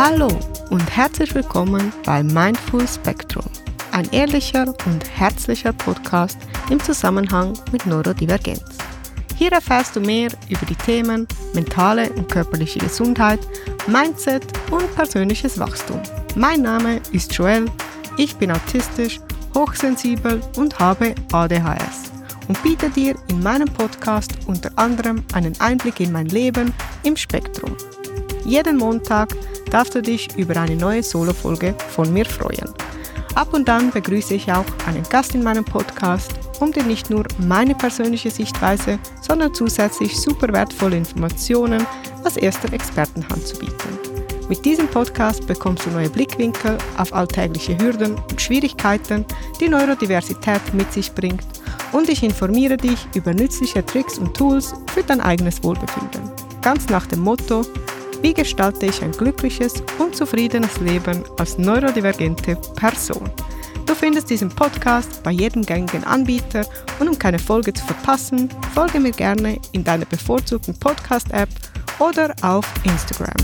Hallo und herzlich willkommen bei Mindful Spectrum, ein ehrlicher und herzlicher Podcast im Zusammenhang mit Neurodivergenz. Hier erfährst du mehr über die Themen mentale und körperliche Gesundheit, Mindset und persönliches Wachstum. Mein Name ist Joelle, ich bin autistisch, hochsensibel und habe ADHS und biete dir in meinem Podcast unter anderem einen Einblick in mein Leben im Spektrum. Jeden Montag darfst du dich über eine neue Solo-Folge von mir freuen. Ab und an begrüße ich auch einen Gast in meinem Podcast, um dir nicht nur meine persönliche Sichtweise, sondern zusätzlich super wertvolle Informationen aus erster Expertenhand zu bieten. Mit diesem Podcast bekommst du neue Blickwinkel auf alltägliche Hürden und Schwierigkeiten, die Neurodiversität mit sich bringt, und ich informiere dich über nützliche Tricks und Tools für dein eigenes Wohlbefinden. Ganz nach dem Motto: Wie gestalte ich ein glückliches und zufriedenes Leben als neurodivergente Person? Du findest diesen Podcast bei jedem gängigen Anbieter und um keine Folge zu verpassen, folge mir gerne in deiner bevorzugten Podcast-App oder auf Instagram.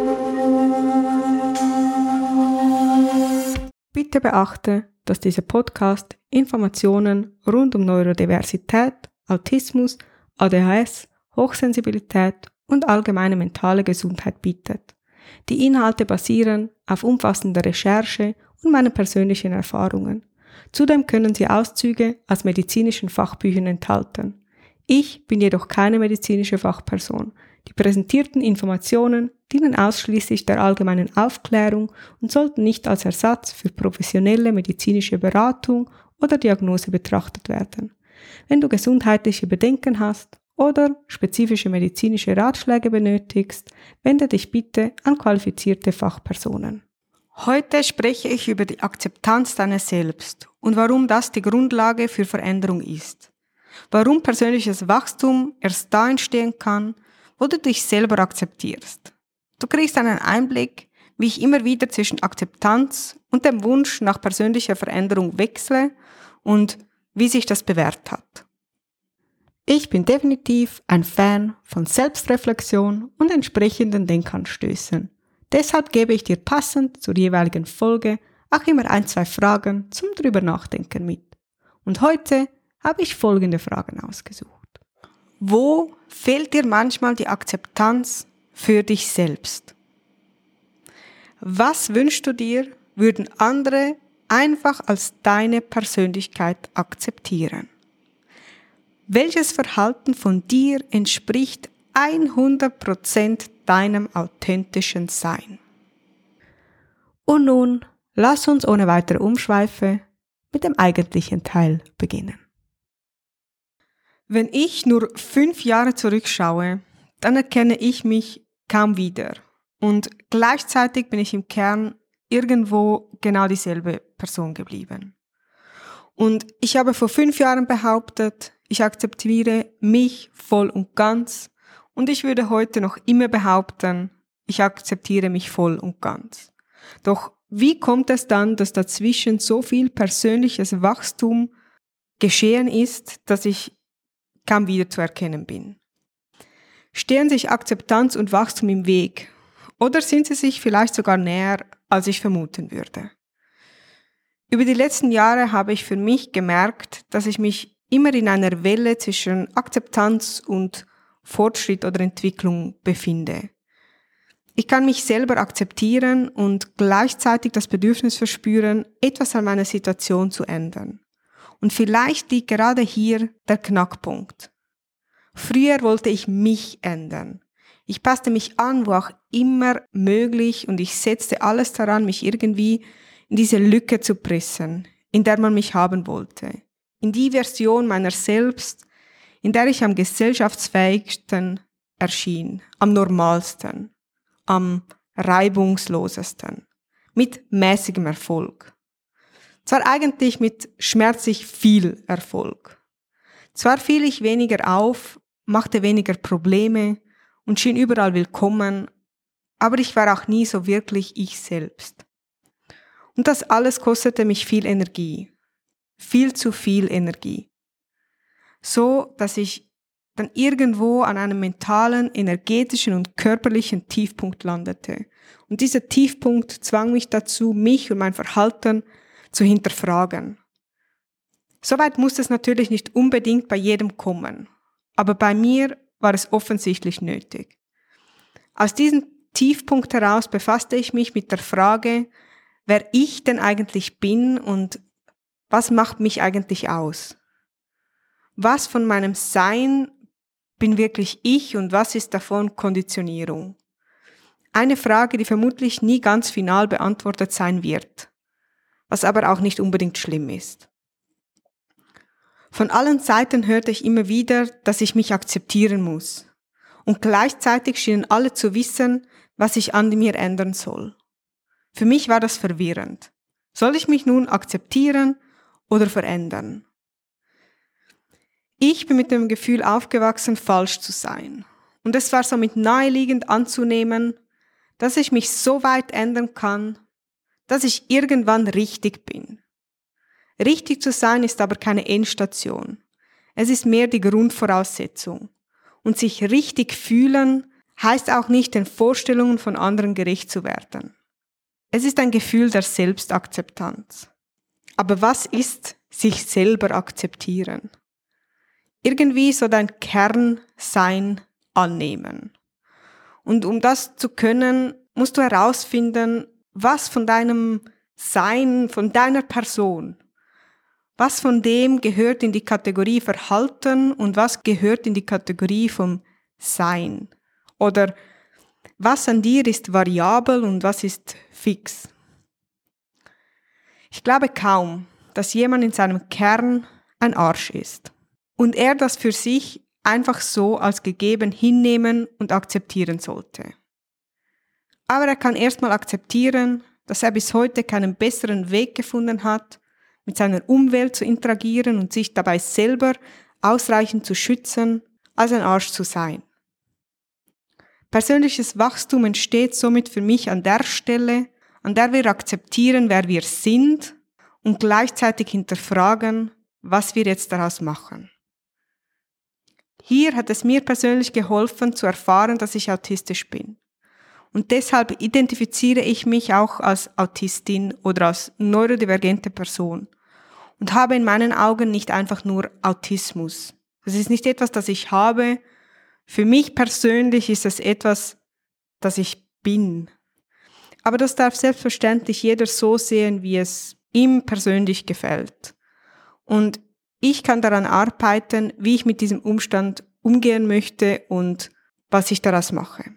Bitte beachte, dass dieser Podcast Informationen rund um Neurodiversität, Autismus, ADHS, Hochsensibilität und allgemeine mentale Gesundheit bietet. Die Inhalte basieren auf umfassender Recherche und meinen persönlichen Erfahrungen. Zudem können sie Auszüge aus medizinischen Fachbüchern enthalten. Ich bin jedoch keine medizinische Fachperson. Die präsentierten Informationen dienen ausschließlich der allgemeinen Aufklärung und sollten nicht als Ersatz für professionelle medizinische Beratung oder Diagnose betrachtet werden. Wenn du gesundheitliche Bedenken hast oder spezifische medizinische Ratschläge benötigst, wende dich bitte an qualifizierte Fachpersonen. Heute spreche ich über die Akzeptanz deines Selbst und warum das die Grundlage für Veränderung ist. Warum persönliches Wachstum erst da entstehen kann, wo du dich selber akzeptierst. Du kriegst einen Einblick, wie ich immer wieder zwischen Akzeptanz und dem Wunsch nach persönlicher Veränderung wechsle und wie sich das bewährt hat. Ich bin definitiv ein Fan von Selbstreflexion und entsprechenden Denkanstößen. Deshalb gebe ich dir passend zur jeweiligen Folge auch immer 1-2 Fragen zum drüber nachdenken mit. Und heute habe ich folgende Fragen ausgesucht. Wo fehlt dir manchmal die Akzeptanz für dich selbst? Was wünschst du dir, würden andere einfach als deine Persönlichkeit akzeptieren? Welches Verhalten von dir entspricht 100% deinem authentischen Sein? Und nun, lass uns ohne weitere Umschweife mit dem eigentlichen Teil beginnen. Wenn ich nur 5 Jahre zurückschaue, dann erkenne ich mich kaum wieder. Und gleichzeitig bin ich im Kern irgendwo genau dieselbe Person geblieben. Und ich habe vor 5 Jahren behauptet, ich akzeptiere mich voll und ganz, und ich würde heute noch immer behaupten, ich akzeptiere mich voll und ganz. Doch wie kommt es dann, dass dazwischen so viel persönliches Wachstum geschehen ist, dass ich kaum wieder zu erkennen bin? Stehen sich Akzeptanz und Wachstum im Weg, oder sind sie sich vielleicht sogar näher, als ich vermuten würde? Über die letzten Jahre habe ich für mich gemerkt, dass ich mich immer in einer Welle zwischen Akzeptanz und Fortschritt oder Entwicklung befinde. Ich kann mich selber akzeptieren und gleichzeitig das Bedürfnis verspüren, etwas an meiner Situation zu ändern. Und vielleicht liegt gerade hier der Knackpunkt. Früher wollte ich mich ändern. Ich passte mich an, wo auch immer möglich, und ich setzte alles daran, mich irgendwie in diese Lücke zu pressen, in der man mich haben wollte. In die Version meiner selbst, in der ich am gesellschaftsfähigsten erschien, am normalsten, am reibungslosesten, mit mäßigem Erfolg. Zwar eigentlich mit schmerzlich viel Erfolg. Zwar fiel ich weniger auf, machte weniger Probleme und schien überall willkommen, aber ich war auch nie so wirklich ich selbst. Und das alles kostete mich viel Energie. Viel zu viel Energie. So, dass ich dann irgendwo an einem mentalen, energetischen und körperlichen Tiefpunkt landete. Und dieser Tiefpunkt zwang mich dazu, mich und mein Verhalten zu hinterfragen. Soweit muss es natürlich nicht unbedingt bei jedem kommen, aber bei mir war es offensichtlich nötig. Aus diesem Tiefpunkt heraus befasste ich mich mit der Frage, wer ich denn eigentlich bin und was macht mich eigentlich aus? Was von meinem Sein bin wirklich ich und was ist davon Konditionierung? Eine Frage, die vermutlich nie ganz final beantwortet sein wird, was aber auch nicht unbedingt schlimm ist. Von allen Seiten hörte ich immer wieder, dass ich mich akzeptieren muss. Und gleichzeitig schienen alle zu wissen, was ich an mir ändern soll. Für mich war das verwirrend. Soll ich mich nun akzeptieren oder verändern? Ich bin mit dem Gefühl aufgewachsen, falsch zu sein. Und es war somit naheliegend anzunehmen, dass ich mich so weit ändern kann, dass ich irgendwann richtig bin. Richtig zu sein ist aber keine Endstation. Es ist mehr die Grundvoraussetzung. Und sich richtig fühlen heißt auch nicht, den Vorstellungen von anderen gerecht zu werden. Es ist ein Gefühl der Selbstakzeptanz. Aber was ist sich selber akzeptieren? Irgendwie so dein Kernsein annehmen. Und um das zu können, musst du herausfinden, was von deinem Sein, von deiner Person, was von dem gehört in die Kategorie Verhalten und was gehört in die Kategorie vom Sein? Oder was an dir ist variabel und was ist fix? Ich glaube kaum, dass jemand in seinem Kern ein Arsch ist und er das für sich einfach so als gegeben hinnehmen und akzeptieren sollte. Aber er kann erstmal akzeptieren, dass er bis heute keinen besseren Weg gefunden hat, mit seiner Umwelt zu interagieren und sich dabei selber ausreichend zu schützen, als ein Arsch zu sein. Persönliches Wachstum entsteht somit für mich an der Stelle, an der wir akzeptieren, wer wir sind und gleichzeitig hinterfragen, was wir jetzt daraus machen. Hier hat es mir persönlich geholfen, zu erfahren, dass ich autistisch bin. Und deshalb identifiziere ich mich auch als Autistin oder als neurodivergente Person und habe in meinen Augen nicht einfach nur Autismus. Das ist nicht etwas, das ich habe. Für mich persönlich ist es etwas, das ich bin. Aber das darf selbstverständlich jeder so sehen, wie es ihm persönlich gefällt. Und ich kann daran arbeiten, wie ich mit diesem Umstand umgehen möchte und was ich daraus mache.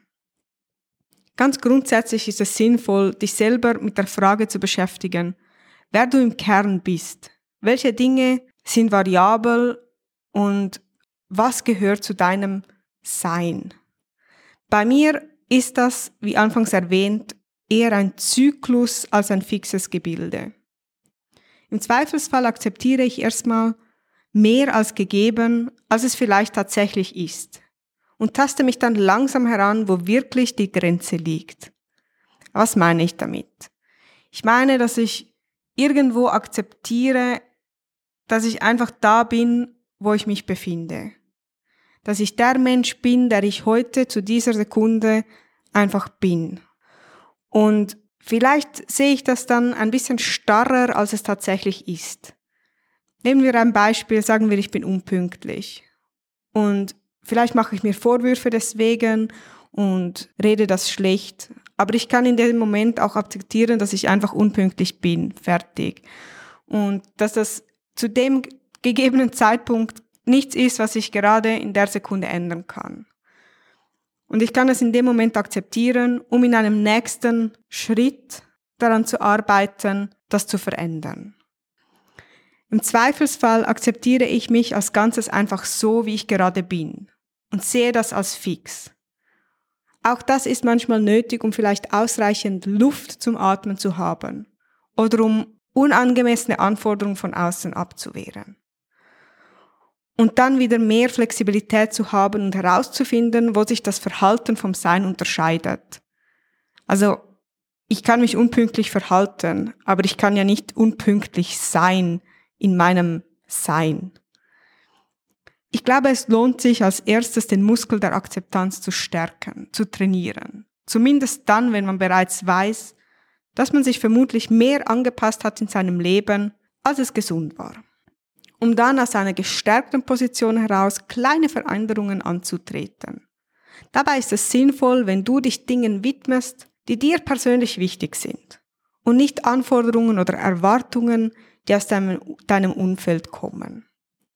Ganz grundsätzlich ist es sinnvoll, dich selber mit der Frage zu beschäftigen, wer du im Kern bist, welche Dinge sind variabel und was gehört zu deinem Sein. Bei mir ist das, wie anfangs erwähnt, eher ein Zyklus als ein fixes Gebilde. Im Zweifelsfall akzeptiere ich erstmal mehr als gegeben, als es vielleicht tatsächlich ist und taste mich dann langsam heran, wo wirklich die Grenze liegt. Was meine ich damit? Ich meine, dass ich irgendwo akzeptiere, dass ich einfach da bin, wo ich mich befinde. Dass ich der Mensch bin, der ich heute zu dieser Sekunde einfach bin. Und vielleicht sehe ich das dann ein bisschen starrer, als es tatsächlich ist. Nehmen wir ein Beispiel, sagen wir, ich bin unpünktlich. Und vielleicht mache ich mir Vorwürfe deswegen und rede das schlecht. Aber ich kann in dem Moment auch akzeptieren, dass ich einfach unpünktlich bin. Fertig. Und dass das zu dem gegebenen Zeitpunkt nichts ist, was ich gerade in der Sekunde ändern kann. Und ich kann es in dem Moment akzeptieren, um in einem nächsten Schritt daran zu arbeiten, das zu verändern. Im Zweifelsfall akzeptiere ich mich als Ganzes einfach so, wie ich gerade bin und sehe das als fix. Auch das ist manchmal nötig, um vielleicht ausreichend Luft zum Atmen zu haben oder um unangemessene Anforderungen von außen abzuwehren. Und dann wieder mehr Flexibilität zu haben und herauszufinden, wo sich das Verhalten vom Sein unterscheidet. Also, ich kann mich unpünktlich verhalten, aber ich kann ja nicht unpünktlich sein in meinem Sein. Ich glaube, es lohnt sich als erstes, den Muskel der Akzeptanz zu stärken, zu trainieren. Zumindest dann, wenn man bereits weiß, dass man sich vermutlich mehr angepasst hat in seinem Leben, als es gesund war. Um dann aus einer gestärkten Position heraus kleine Veränderungen anzutreten. Dabei ist es sinnvoll, wenn du dich Dingen widmest, die dir persönlich wichtig sind und nicht Anforderungen oder Erwartungen, die aus deinem Umfeld kommen.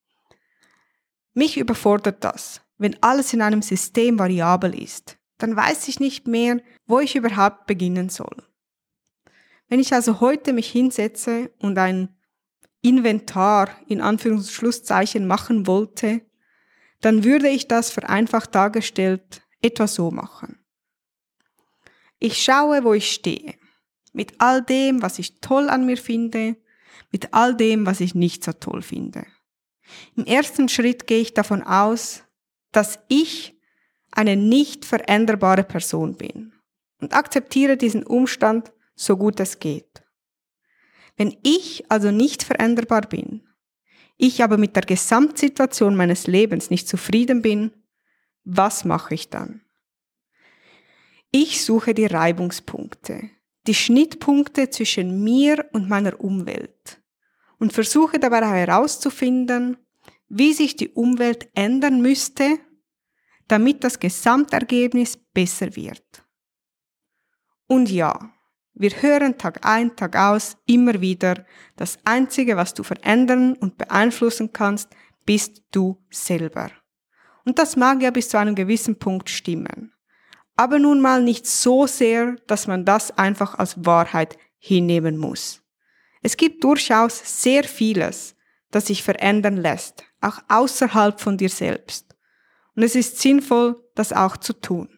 Mich überfordert das, wenn alles in einem System variabel ist. Dann weiß ich nicht mehr, wo ich überhaupt beginnen soll. Wenn ich also heute mich hinsetze und ein Inventar in Anführungs- und Schlusszeichen machen wollte, dann würde ich das vereinfacht dargestellt etwa so machen. Ich schaue, wo ich stehe, mit all dem, was ich toll an mir finde, mit all dem, was ich nicht so toll finde. Im ersten Schritt gehe ich davon aus, dass ich eine nicht veränderbare Person bin und akzeptiere diesen Umstand so gut es geht. Wenn ich also nicht veränderbar bin, ich aber mit der Gesamtsituation meines Lebens nicht zufrieden bin, was mache ich dann? Ich suche die Reibungspunkte, die Schnittpunkte zwischen mir und meiner Umwelt und versuche dabei herauszufinden, wie sich die Umwelt ändern müsste, damit das Gesamtergebnis besser wird. Und ja, wir hören Tag ein, Tag aus immer wieder, das Einzige, was du verändern und beeinflussen kannst, bist du selber. Und das mag ja bis zu einem gewissen Punkt stimmen. Aber nun mal nicht so sehr, dass man das einfach als Wahrheit hinnehmen muss. Es gibt durchaus sehr vieles, das sich verändern lässt, auch außerhalb von dir selbst. Und es ist sinnvoll, das auch zu tun.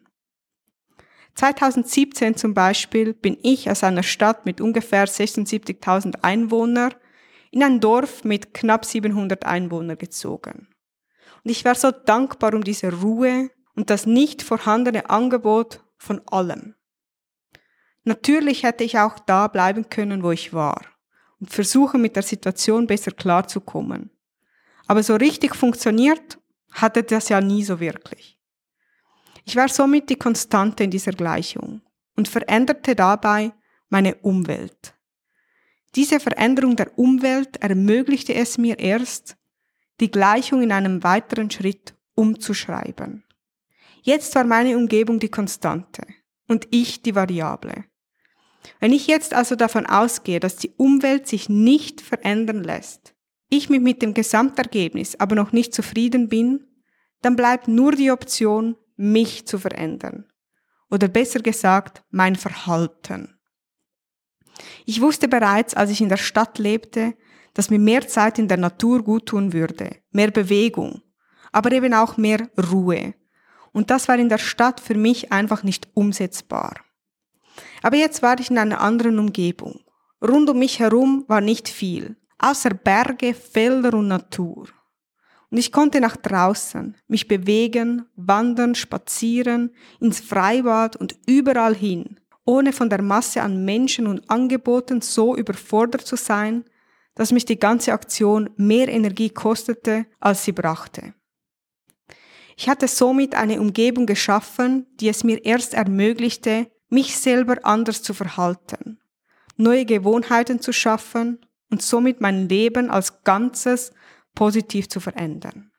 2017 zum Beispiel bin ich aus einer Stadt mit ungefähr 76.000 Einwohnern in ein Dorf mit knapp 700 Einwohnern gezogen. Und ich war so dankbar um diese Ruhe und das nicht vorhandene Angebot von allem. Natürlich hätte ich auch da bleiben können, wo ich war und versuchen, mit der Situation besser klarzukommen. Aber so richtig funktioniert hatte das ja nie so wirklich. Ich war somit die Konstante in dieser Gleichung und veränderte dabei meine Umwelt. Diese Veränderung der Umwelt ermöglichte es mir erst, die Gleichung in einem weiteren Schritt umzuschreiben. Jetzt war meine Umgebung die Konstante und ich die Variable. Wenn ich jetzt also davon ausgehe, dass die Umwelt sich nicht verändern lässt, ich mit dem Gesamtergebnis aber noch nicht zufrieden bin, dann bleibt nur die Option, mich zu verändern. Oder besser gesagt, mein Verhalten. Ich wusste bereits, als ich in der Stadt lebte, dass mir mehr Zeit in der Natur guttun würde, mehr Bewegung, aber eben auch mehr Ruhe. Und das war in der Stadt für mich einfach nicht umsetzbar. Aber jetzt war ich in einer anderen Umgebung. Rund um mich herum war nicht viel, außer Berge, Felder und Natur. Und ich konnte nach draußen, mich bewegen, wandern, spazieren, ins Freibad und überall hin, ohne von der Masse an Menschen und Angeboten so überfordert zu sein, dass mich die ganze Aktion mehr Energie kostete, als sie brachte. Ich hatte somit eine Umgebung geschaffen, die es mir erst ermöglichte, mich selber anders zu verhalten, neue Gewohnheiten zu schaffen und somit mein Leben als Ganzes positiv zu verändern.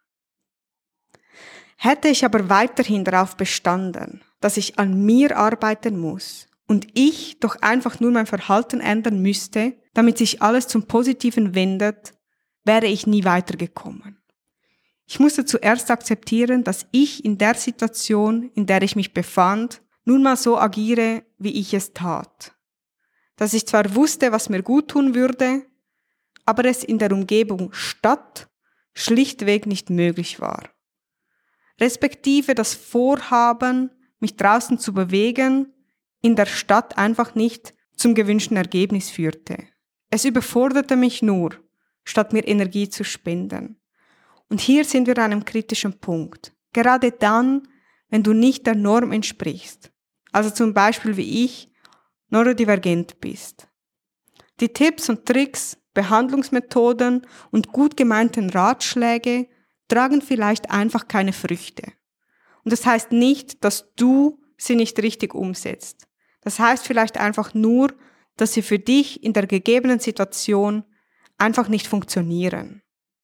Hätte ich aber weiterhin darauf bestanden, dass ich an mir arbeiten muss und ich doch einfach nur mein Verhalten ändern müsste, damit sich alles zum Positiven wendet, wäre ich nie weitergekommen. Ich musste zuerst akzeptieren, dass ich in der Situation, in der ich mich befand, nun mal so agiere, wie ich es tat. Dass ich zwar wusste, was mir gut tun würde, aber es in der Umgebung Stadt schlichtweg nicht möglich war. Respektive das Vorhaben, mich draußen zu bewegen, in der Stadt einfach nicht zum gewünschten Ergebnis führte. Es überforderte mich nur, statt mir Energie zu spenden. Und hier sind wir an einem kritischen Punkt. Gerade dann, wenn du nicht der Norm entsprichst, also zum Beispiel wie ich, neurodivergent bist. Die Tipps und Tricks, Behandlungsmethoden und gut gemeinten Ratschläge tragen vielleicht einfach keine Früchte. Und das heißt nicht, dass du sie nicht richtig umsetzt. Das heißt vielleicht einfach nur, dass sie für dich in der gegebenen Situation einfach nicht funktionieren.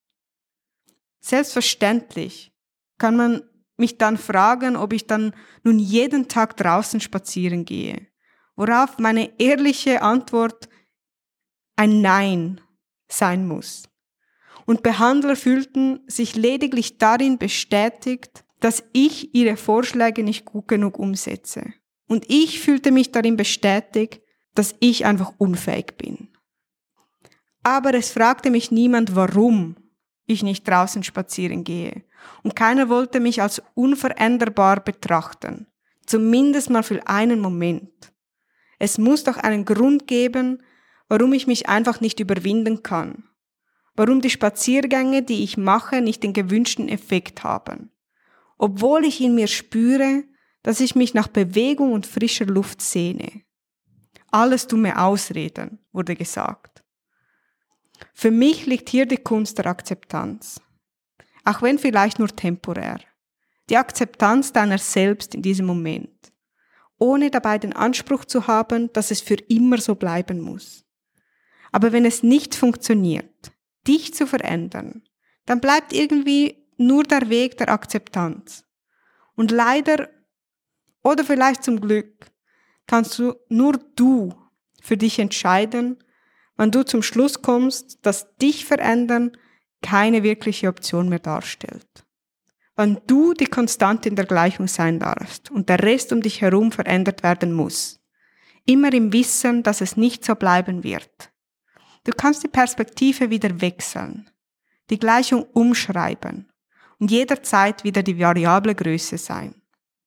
Selbstverständlich kann man mich dann fragen, ob ich dann nun jeden Tag draußen spazieren gehe, worauf meine ehrliche Antwort ein Nein sein muss. Und Behandler fühlten sich lediglich darin bestätigt, dass ich ihre Vorschläge nicht gut genug umsetze. Und ich fühlte mich darin bestätigt, dass ich einfach unfähig bin. Aber es fragte mich niemand, warum ich nicht draußen spazieren gehe. Und keiner wollte mich als unveränderbar betrachten. Zumindest mal für einen Moment. Es muss doch einen Grund geben, warum ich mich einfach nicht überwinden kann. Warum die Spaziergänge, die ich mache, nicht den gewünschten Effekt haben. Obwohl ich in mir spüre, dass ich mich nach Bewegung und frischer Luft sehne. Alles dumme Ausreden, wurde gesagt. Für mich liegt hier die Kunst der Akzeptanz. Auch wenn vielleicht nur temporär. Die Akzeptanz deiner selbst in diesem Moment. Ohne dabei den Anspruch zu haben, dass es für immer so bleiben muss. Aber wenn es nicht funktioniert, dich zu verändern, dann bleibt irgendwie nur der Weg der Akzeptanz. Und leider, oder vielleicht zum Glück, kannst nur du für dich entscheiden, wann du zum Schluss kommst, dass dich verändern keine wirkliche Option mehr darstellt. Wann du die Konstante in der Gleichung sein darfst und der Rest um dich herum verändert werden muss. Immer im Wissen, dass es nicht so bleiben wird. Du kannst die Perspektive wieder wechseln, die Gleichung umschreiben und jederzeit wieder die variable Größe sein.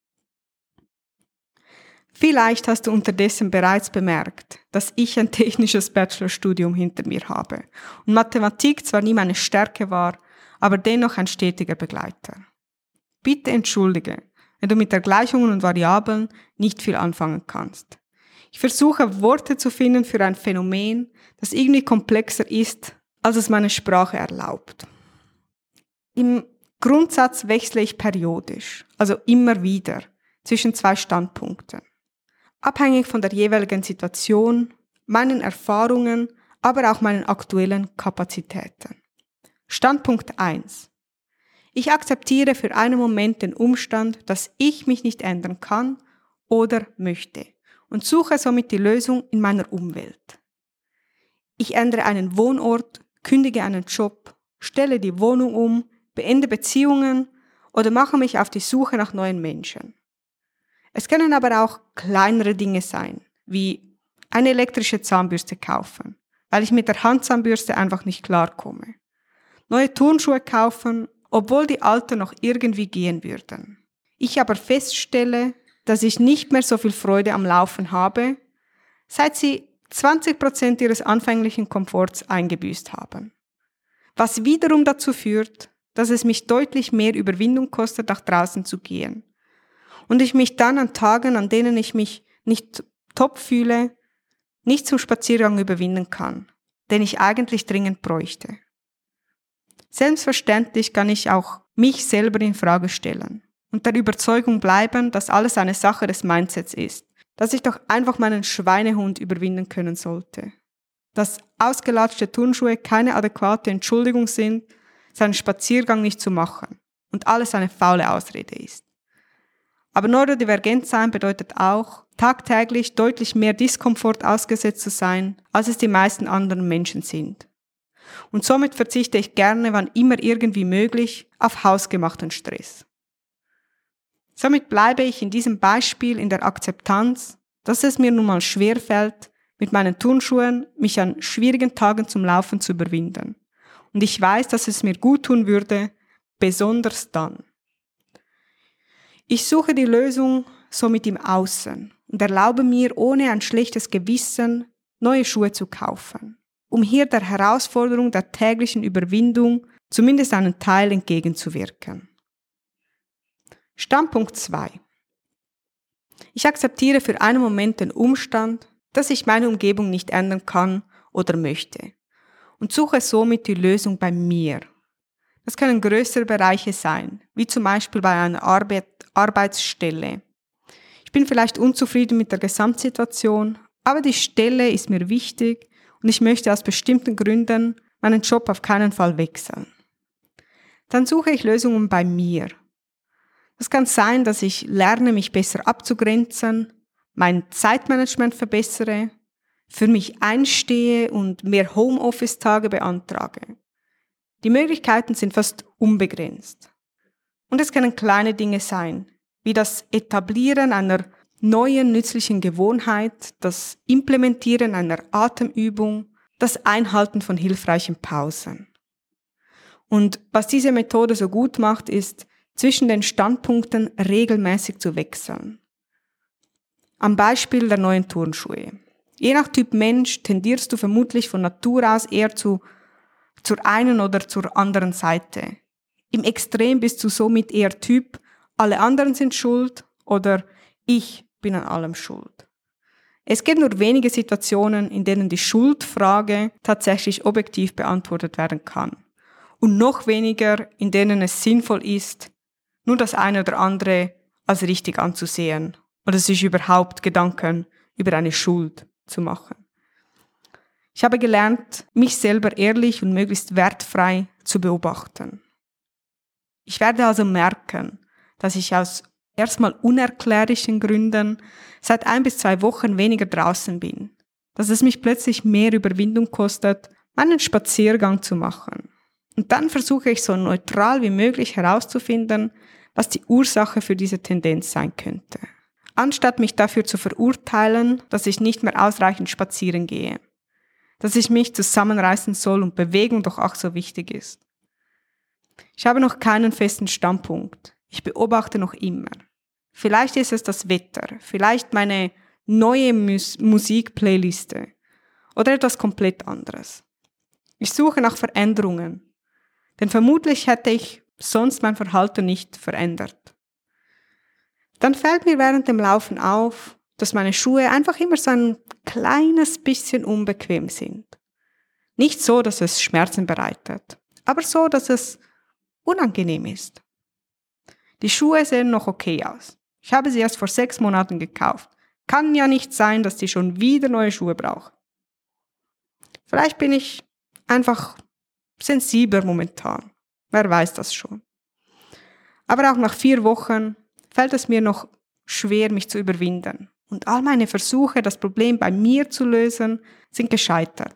Vielleicht hast du unterdessen bereits bemerkt, dass ich ein technisches Bachelorstudium hinter mir habe und Mathematik zwar nie meine Stärke war, aber dennoch ein stetiger Begleiter. Bitte entschuldige, wenn du mit der Gleichungen und Variablen nicht viel anfangen kannst. Ich versuche Worte zu finden für ein Phänomen, das irgendwie komplexer ist, als es meine Sprache erlaubt. Im Grundsatz wechsle ich periodisch, also immer wieder, zwischen zwei Standpunkten. Abhängig von der jeweiligen Situation, meinen Erfahrungen, aber auch meinen aktuellen Kapazitäten. Standpunkt 1. Ich akzeptiere für einen Moment den Umstand, dass ich mich nicht ändern kann oder möchte und suche somit die Lösung in meiner Umwelt. Ich ändere einen Wohnort, kündige einen Job, stelle die Wohnung um, beende Beziehungen oder mache mich auf die Suche nach neuen Menschen. Es können aber auch kleinere Dinge sein, wie eine elektrische Zahnbürste kaufen, weil ich mit der Handzahnbürste einfach nicht klarkomme. Neue Turnschuhe kaufen, obwohl die alten noch irgendwie gehen würden. Ich aber feststelle, dass ich nicht mehr so viel Freude am Laufen habe, seit sie 20% ihres anfänglichen Komforts eingebüßt haben. Was wiederum dazu führt, dass es mich deutlich mehr Überwindung kostet, nach draußen zu gehen. Und ich mich dann an Tagen, an denen ich mich nicht top fühle, nicht zum Spaziergang überwinden kann, den ich eigentlich dringend bräuchte. Selbstverständlich kann ich auch mich selber in Frage stellen und der Überzeugung bleiben, dass alles eine Sache des Mindsets ist, dass ich doch einfach meinen Schweinehund überwinden können sollte. Dass ausgelatschte Turnschuhe keine adäquate Entschuldigung sind, seinen Spaziergang nicht zu machen und alles eine faule Ausrede ist. Aber neurodivergent sein bedeutet auch, tagtäglich deutlich mehr Diskomfort ausgesetzt zu sein, als es die meisten anderen Menschen sind. Und somit verzichte ich gerne, wann immer irgendwie möglich, auf hausgemachten Stress. Somit bleibe ich in diesem Beispiel in der Akzeptanz, dass es mir nun mal schwerfällt, mit meinen Turnschuhen mich an schwierigen Tagen zum Laufen zu überwinden. Und ich weiß, dass es mir gut tun würde, besonders dann. Ich suche die Lösung somit im Außen und erlaube mir, ohne ein schlechtes Gewissen, neue Schuhe zu kaufen, um hier der Herausforderung der täglichen Überwindung zumindest einen Teil entgegenzuwirken. Standpunkt 2. Ich akzeptiere für einen Moment den Umstand, dass ich meine Umgebung nicht ändern kann oder möchte und suche somit die Lösung bei mir. Das können größere Bereiche sein, wie zum Beispiel bei einer Arbeitsstelle. Ich bin vielleicht unzufrieden mit der Gesamtsituation, aber die Stelle ist mir wichtig und ich möchte aus bestimmten Gründen meinen Job auf keinen Fall wechseln. Dann suche ich Lösungen bei mir. Es kann sein, dass ich lerne, mich besser abzugrenzen, mein Zeitmanagement verbessere, für mich einstehe und mehr Homeoffice-Tage beantrage. Die Möglichkeiten sind fast unbegrenzt. Und es können kleine Dinge sein, wie das Etablieren einer neuen nützlichen Gewohnheit, das Implementieren einer Atemübung, das Einhalten von hilfreichen Pausen. Und was diese Methode so gut macht, ist, zwischen den Standpunkten regelmäßig zu wechseln. Am Beispiel der neuen Turnschuhe. Je nach Typ Mensch tendierst du vermutlich von Natur aus eher zur einen oder zur anderen Seite. Im Extrem bist du somit eher Typ, alle anderen sind schuld oder ich bin an allem schuld. Es gibt nur wenige Situationen, in denen die Schuldfrage tatsächlich objektiv beantwortet werden kann. Und noch weniger, in denen es sinnvoll ist, nur das eine oder andere als richtig anzusehen oder sich überhaupt Gedanken über eine Schuld zu machen. Ich habe gelernt, mich selber ehrlich und möglichst wertfrei zu beobachten. Ich werde also merken, dass ich aus erstmal unerklärlichen Gründen seit 1 bis 2 Wochen weniger draußen bin, dass es mich plötzlich mehr Überwindung kostet, meinen Spaziergang zu machen. Und dann versuche ich so neutral wie möglich herauszufinden, was die Ursache für diese Tendenz sein könnte. Anstatt mich dafür zu verurteilen, dass ich nicht mehr ausreichend spazieren gehe, dass ich mich zusammenreißen soll und Bewegung doch auch so wichtig ist. Ich habe noch keinen festen Standpunkt. Ich beobachte noch immer. Vielleicht ist es das Wetter, vielleicht meine neue Musikplayliste oder etwas komplett anderes. Ich suche nach Veränderungen, denn vermutlich hätte ich sonst mein Verhalten nicht verändert. Dann fällt mir während dem Laufen auf, dass meine Schuhe einfach immer so ein kleines bisschen unbequem sind. Nicht so, dass es Schmerzen bereitet, aber so, dass es unangenehm ist. Die Schuhe sehen noch okay aus. Ich habe sie erst vor 6 Monaten gekauft. Kann ja nicht sein, dass die schon wieder neue Schuhe brauchen. Vielleicht bin ich einfach sensibler momentan. Wer weiß das schon. Aber auch nach 4 Wochen fällt es mir noch schwer, mich zu überwinden. Und all meine Versuche, das Problem bei mir zu lösen, sind gescheitert.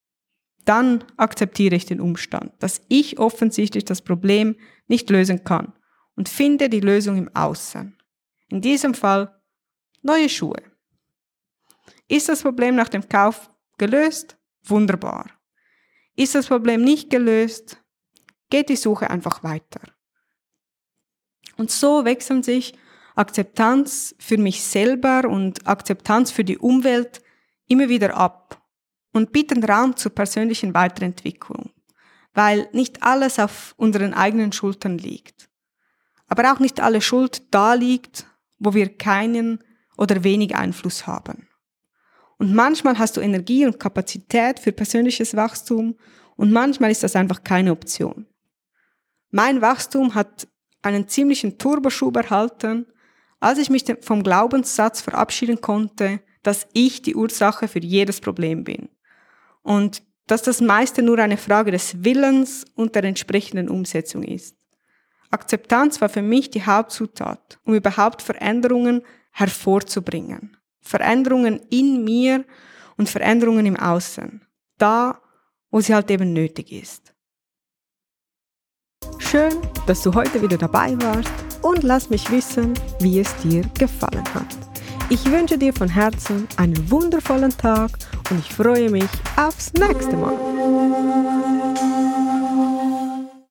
Dann akzeptiere ich den Umstand, dass ich offensichtlich das Problem nicht lösen kann und finde die Lösung im Außen. In diesem Fall neue Schuhe. Ist das Problem nach dem Kauf gelöst? Wunderbar. Ist das Problem nicht gelöst? Geht die Suche einfach weiter. Und so wechseln sich Akzeptanz für mich selber und Akzeptanz für die Umwelt immer wieder ab und bieten Raum zur persönlichen Weiterentwicklung, weil nicht alles auf unseren eigenen Schultern liegt. Aber auch nicht alle Schuld da liegt, wo wir keinen oder wenig Einfluss haben. Und manchmal hast du Energie und Kapazität für persönliches Wachstum und manchmal ist das einfach keine Option. Mein Wachstum hat einen ziemlichen Turboschub erhalten, als ich mich vom Glaubenssatz verabschieden konnte, dass ich die Ursache für jedes Problem bin. Und dass das meiste nur eine Frage des Willens und der entsprechenden Umsetzung ist. Akzeptanz war für mich die Hauptzutat, um überhaupt Veränderungen hervorzubringen. Veränderungen in mir und Veränderungen im Außen. Da, wo sie halt eben nötig ist. Schön, dass du heute wieder dabei warst und lass mich wissen, wie es dir gefallen hat. Ich wünsche dir von Herzen einen wundervollen Tag und ich freue mich aufs nächste Mal.